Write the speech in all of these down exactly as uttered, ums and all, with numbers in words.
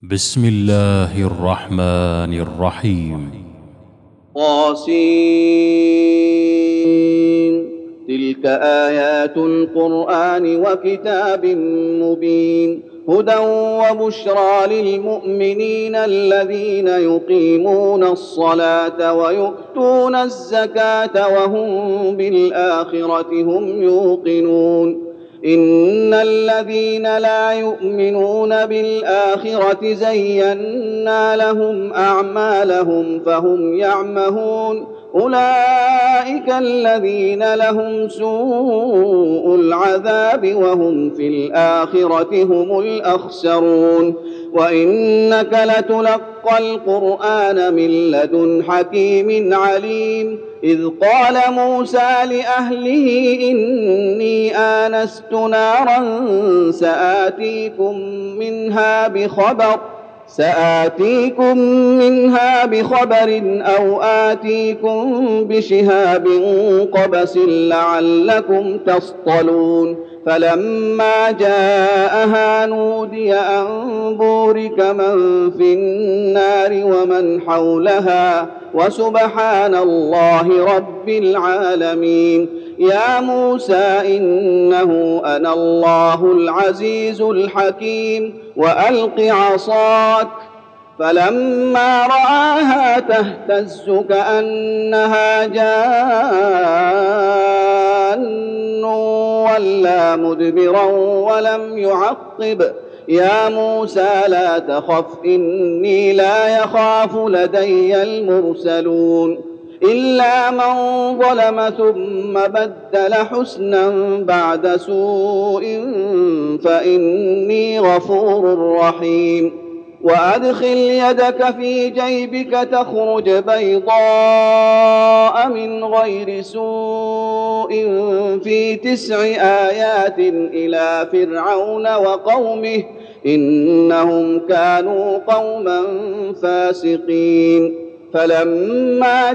بسم الله الرحمن الرحيم. طاسين. تلك آيات القرآن وكتاب مبين، هدى وبشرى للمؤمنين الذين يقيمون الصلاة ويؤتون الزكاة وهم بالآخرة هم يوقنون. إن الذين لا يؤمنون بالآخرة زينا لهم أعمالهم فهم يعمهون، أولئك الذين لهم سوء العذاب وهم في الآخرة هم الأخسرون. وإنك لتلقى القرآن من لدن حكيم عليم. إذ قال موسى لأهله إني آنست نارا سآتيكم منها بخبر سآتيكم منها بخبر أو آتيكم بشهاب قبس لعلكم تصطلون. فلما جاءها نودي أن بورك من في النار ومن حولها وسبحان الله رب العالمين. يا موسى إنه أنا الله العزيز الحكيم وألق عصاك. فلما رآها تهتز كأنها جان ولا مدبرا ولم يعقب. يا موسى لا تخف إني لا يخاف لدي المرسلون. إلا من ظلم ثم بدل حسنا بعد سوء فإني غفور رحيم. وأدخل يدك في جيبك تخرج بيضاء من غير سوء في تسع آيات إلى فرعون وقومه إنهم كانوا قوما فاسقين. فلما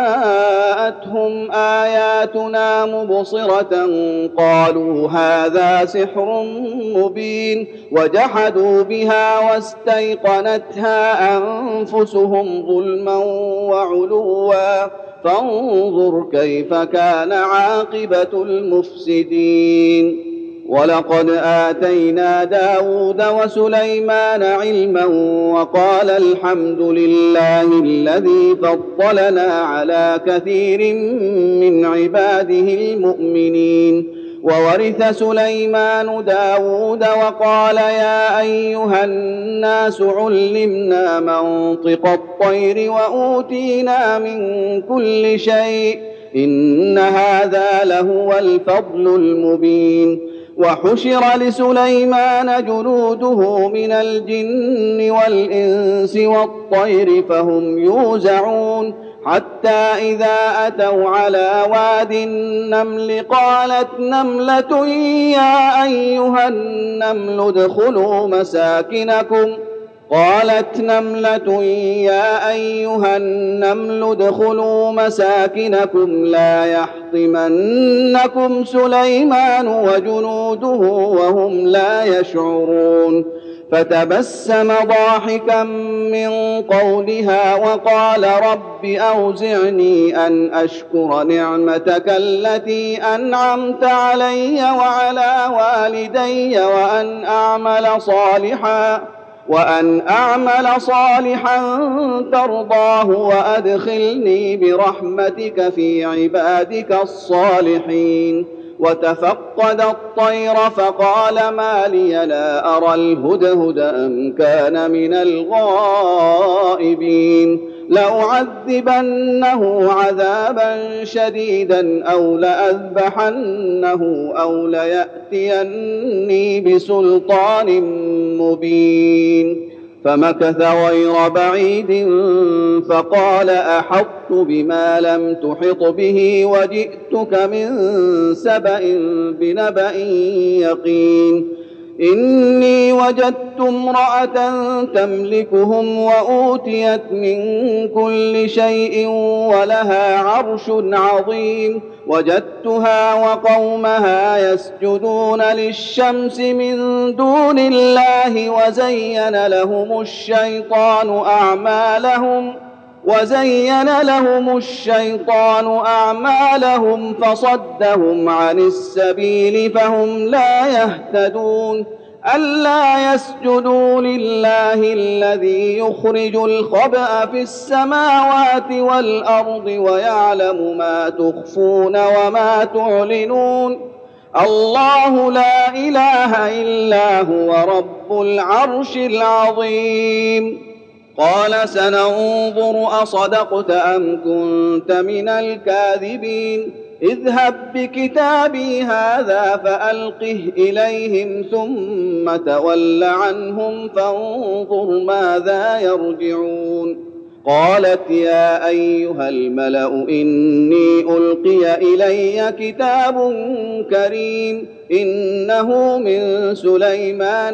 جاءتهم آياتنا مبصرة قالوا هذا سحر مبين، وجحدوا بها واستيقنتها أنفسهم ظلما وعلوا فانظر كيف كان عاقبة المفسدين. ولقد آتينا داود وسليمان علما وقال الحمد لله الذي فضلنا على كثير من عباده المؤمنين. وورث سليمان داود وقال يا أيها الناس علمنا منطق الطير وأوتينا من كل شيء إن هذا لهو الفضل المبين. وحشر لسليمان جنوده من الجن والإنس والطير فهم يوزعون، حتى إذا أتوا على واد النمل قالت نملة يا أيها النمل ادخلوا مساكنكم قالت نملة يا أيها النمل ادخلوا مساكنكم لا يحطمنكم سليمان وجنوده وهم لا يشعرون. فتبسم ضاحكا من قولها وقال رب أوزعني أن أشكر نعمتك التي أنعمت علي وعلى والدي وأن أعمل صالحا وأن أعمل صالحا ترضاه وأدخلني برحمتك في عبادك الصالحين. وتفقد الطير فقال ما لي لا أرى الهدهد أم كان من الغائبين. لأعذبنه عذابا شديدا أو لأذبحنه أو ليأتيني بسلطان مبين. فمكث غير بعيد فقال أحطت بما لم تحط به وجئتك من سبأ بنبأ يقين. إني وجدت امرأة تملكهم وأوتيت من كل شيء ولها عرش عظيم وجدتها وقومها يسجدون للشمس من دون الله وزين لهم الشيطان أعمالهم وزين لهم الشيطان أعمالهم فصدهم عن السبيل فهم لا يهتدون ألا يسجدوا لله الذي يخرج الخبأ في السماوات والأرض ويعلم ما تخفون وما تعلنون الله لا إله إلا هو رب العرش العظيم. قال سننظر أصدقت أم كنت من الكاذبين اذهب بكتابي هذا فألقه إليهم ثم تول عنهم فانظر ماذا يرجعون. قالت يا أيها الملأ إني ألقي إلي كتاب كريم إنه من سليمان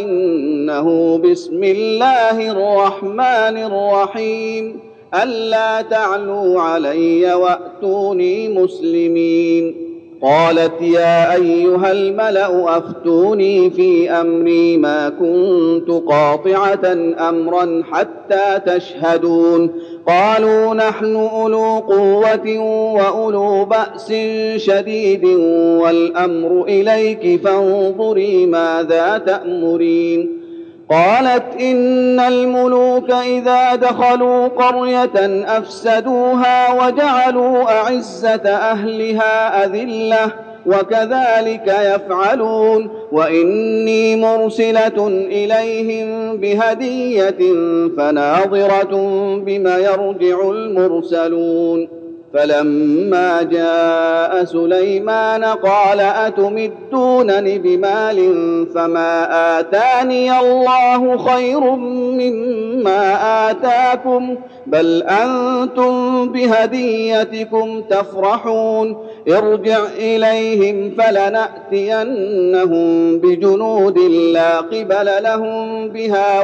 وإنه بسم الله الرحمن الرحيم ألا تعلوا علي وأتوني مسلمين. قالت يا أيها الملأ أفتوني في أمري ما كنت قاطعة أمرا حتى تشهدون. قالوا نحن أولو قوة وأولو بأس شديد والأمر إليك فانظري ماذا تأمرين. قالت إن الملوك إذا دخلوا قرية أفسدوها وجعلوا أعزة أهلها أذلة وكذلك يفعلون وإني مرسلة إليهم بهدية فناظرة بما يرجع المرسلون. فلما جاء سليمان قال أتمدونني بمال فما آتاني الله خير مما آتاكم بل أنتم بهديتكم تفرحون. ارجع إليهم فلنأتينهم بجنود لا قبل لهم بها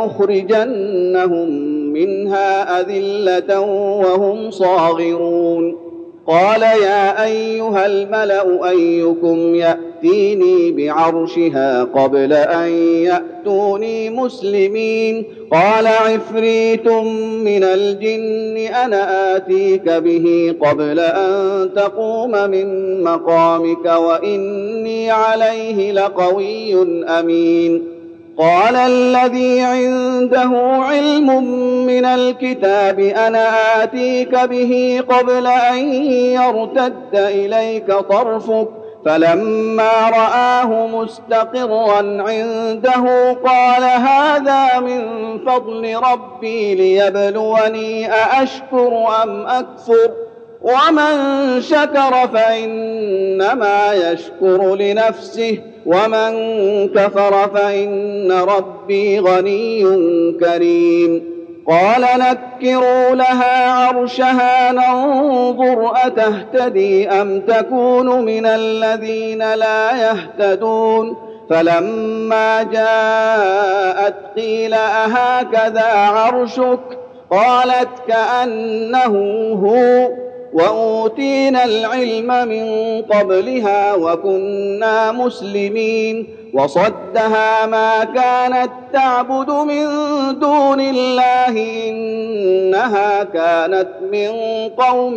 ولنخرجنهم منها أذلة وهم صاغرون. قال يا أيها الملأ أيكم يأتيني بعرشها قبل أن يأتوني مسلمين. قال عفريت من الجن أنا آتيك به قبل أن تقوم من مقامك وإني عليه لقوي أمين. قال الذي عنده علم من الكتاب أنا آتيك به قبل أن يرتد إليك طرفك فلما رآه مستقرا عنده قال هذا من فضل ربي ليبلوني أأشكر أم أكفر ومن شكر فإنما يشكر لنفسه ومن كفر فإن ربي غني كريم. قال نكروا لها عرشها ننظر أتهتدي أم تكون من الذين لا يهتدون. فلما جاءت قيل أهكذا عرشك قالت كأنه هو وأوتينا العلم من قبلها وكنا مسلمين. وصدها ما كانت تعبد من دون الله إنها كانت من قوم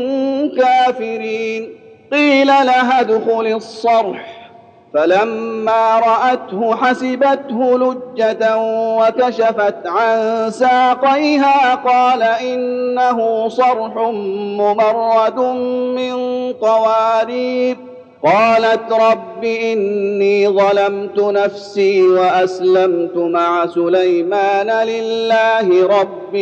كافرين. قيل لها ادخل الصرح فلما رأته حسبته لجة وكشفت عن ساقيها قال إنه صرح ممرد من قوارير. قالت رب إني ظلمت نفسي وأسلمت مع سليمان لله رب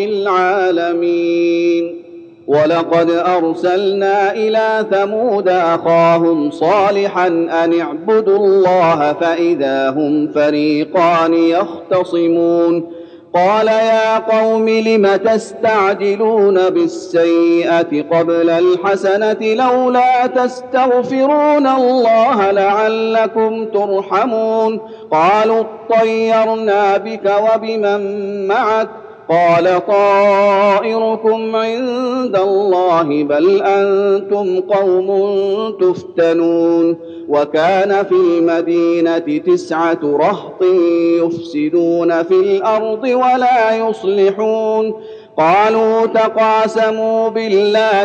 العالمين. ولقد أرسلنا إلى ثمود أخاهم صالحا أن اعبدوا الله فإذا هم فريقان يختصمون. قال يا قوم لم تستعجلون بالسيئة قبل الحسنة لولا تستغفرون الله لعلكم ترحمون قالوا اطيرنا بك وبمن معك قال طائركم عند الله بل أنتم قوم تفتنون وكان في المدينة تسعة رهط يفسدون في الأرض ولا يصلحون قالوا تقاسموا بالله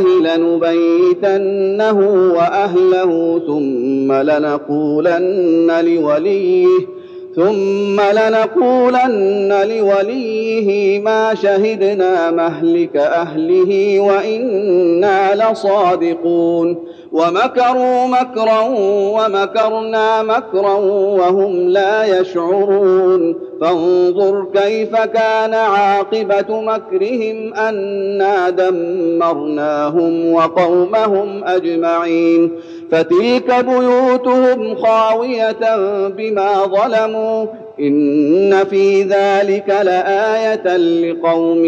لنبيتنه وأهله ثم لنقولن لوليه ثم لنقولن لوليه ما شهدنا مهلك أهله وإنا لصادقون ومكروا مكرا ومكرنا مكرا وهم لا يشعرون فانظر كيف كان عاقبة مكرهم أنا دمرناهم وقومهم أجمعين فتلك بيوتهم خاوية بما ظلموا إن في ذلك لآية لقوم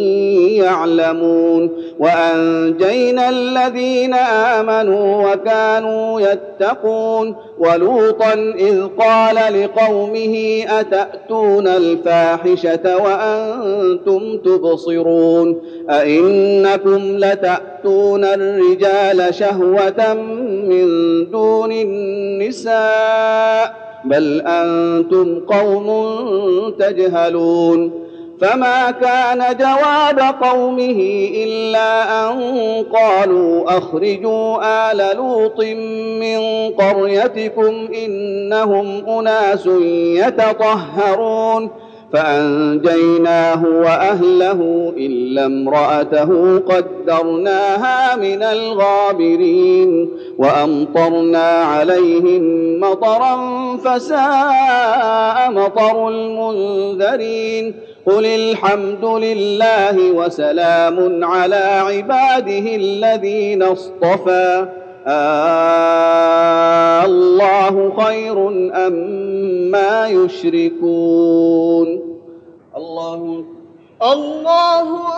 يعلمون وأنجينا الذين آمنوا وكانوا يتقون ولوطا إذ قال لقومه أتأتون الفاحشة وأنتم تبصرون أئنكم لتأتون الرجال شهوة من دون النساء بل أنتم قوم تجهلون فما كان جواب قومه إلا أن قالوا أخرجوا آل لوط من قريتكم إنهم أناس يتطهرون فأنجيناه وأهله إلا امرأته قدرناها من الغابرين وأمطرنا عليهم مطرا فساء مطر المنذرين قل الحمد لله وسلام على عباده الذين اصطفى آه الله خير أما يشركون الله الله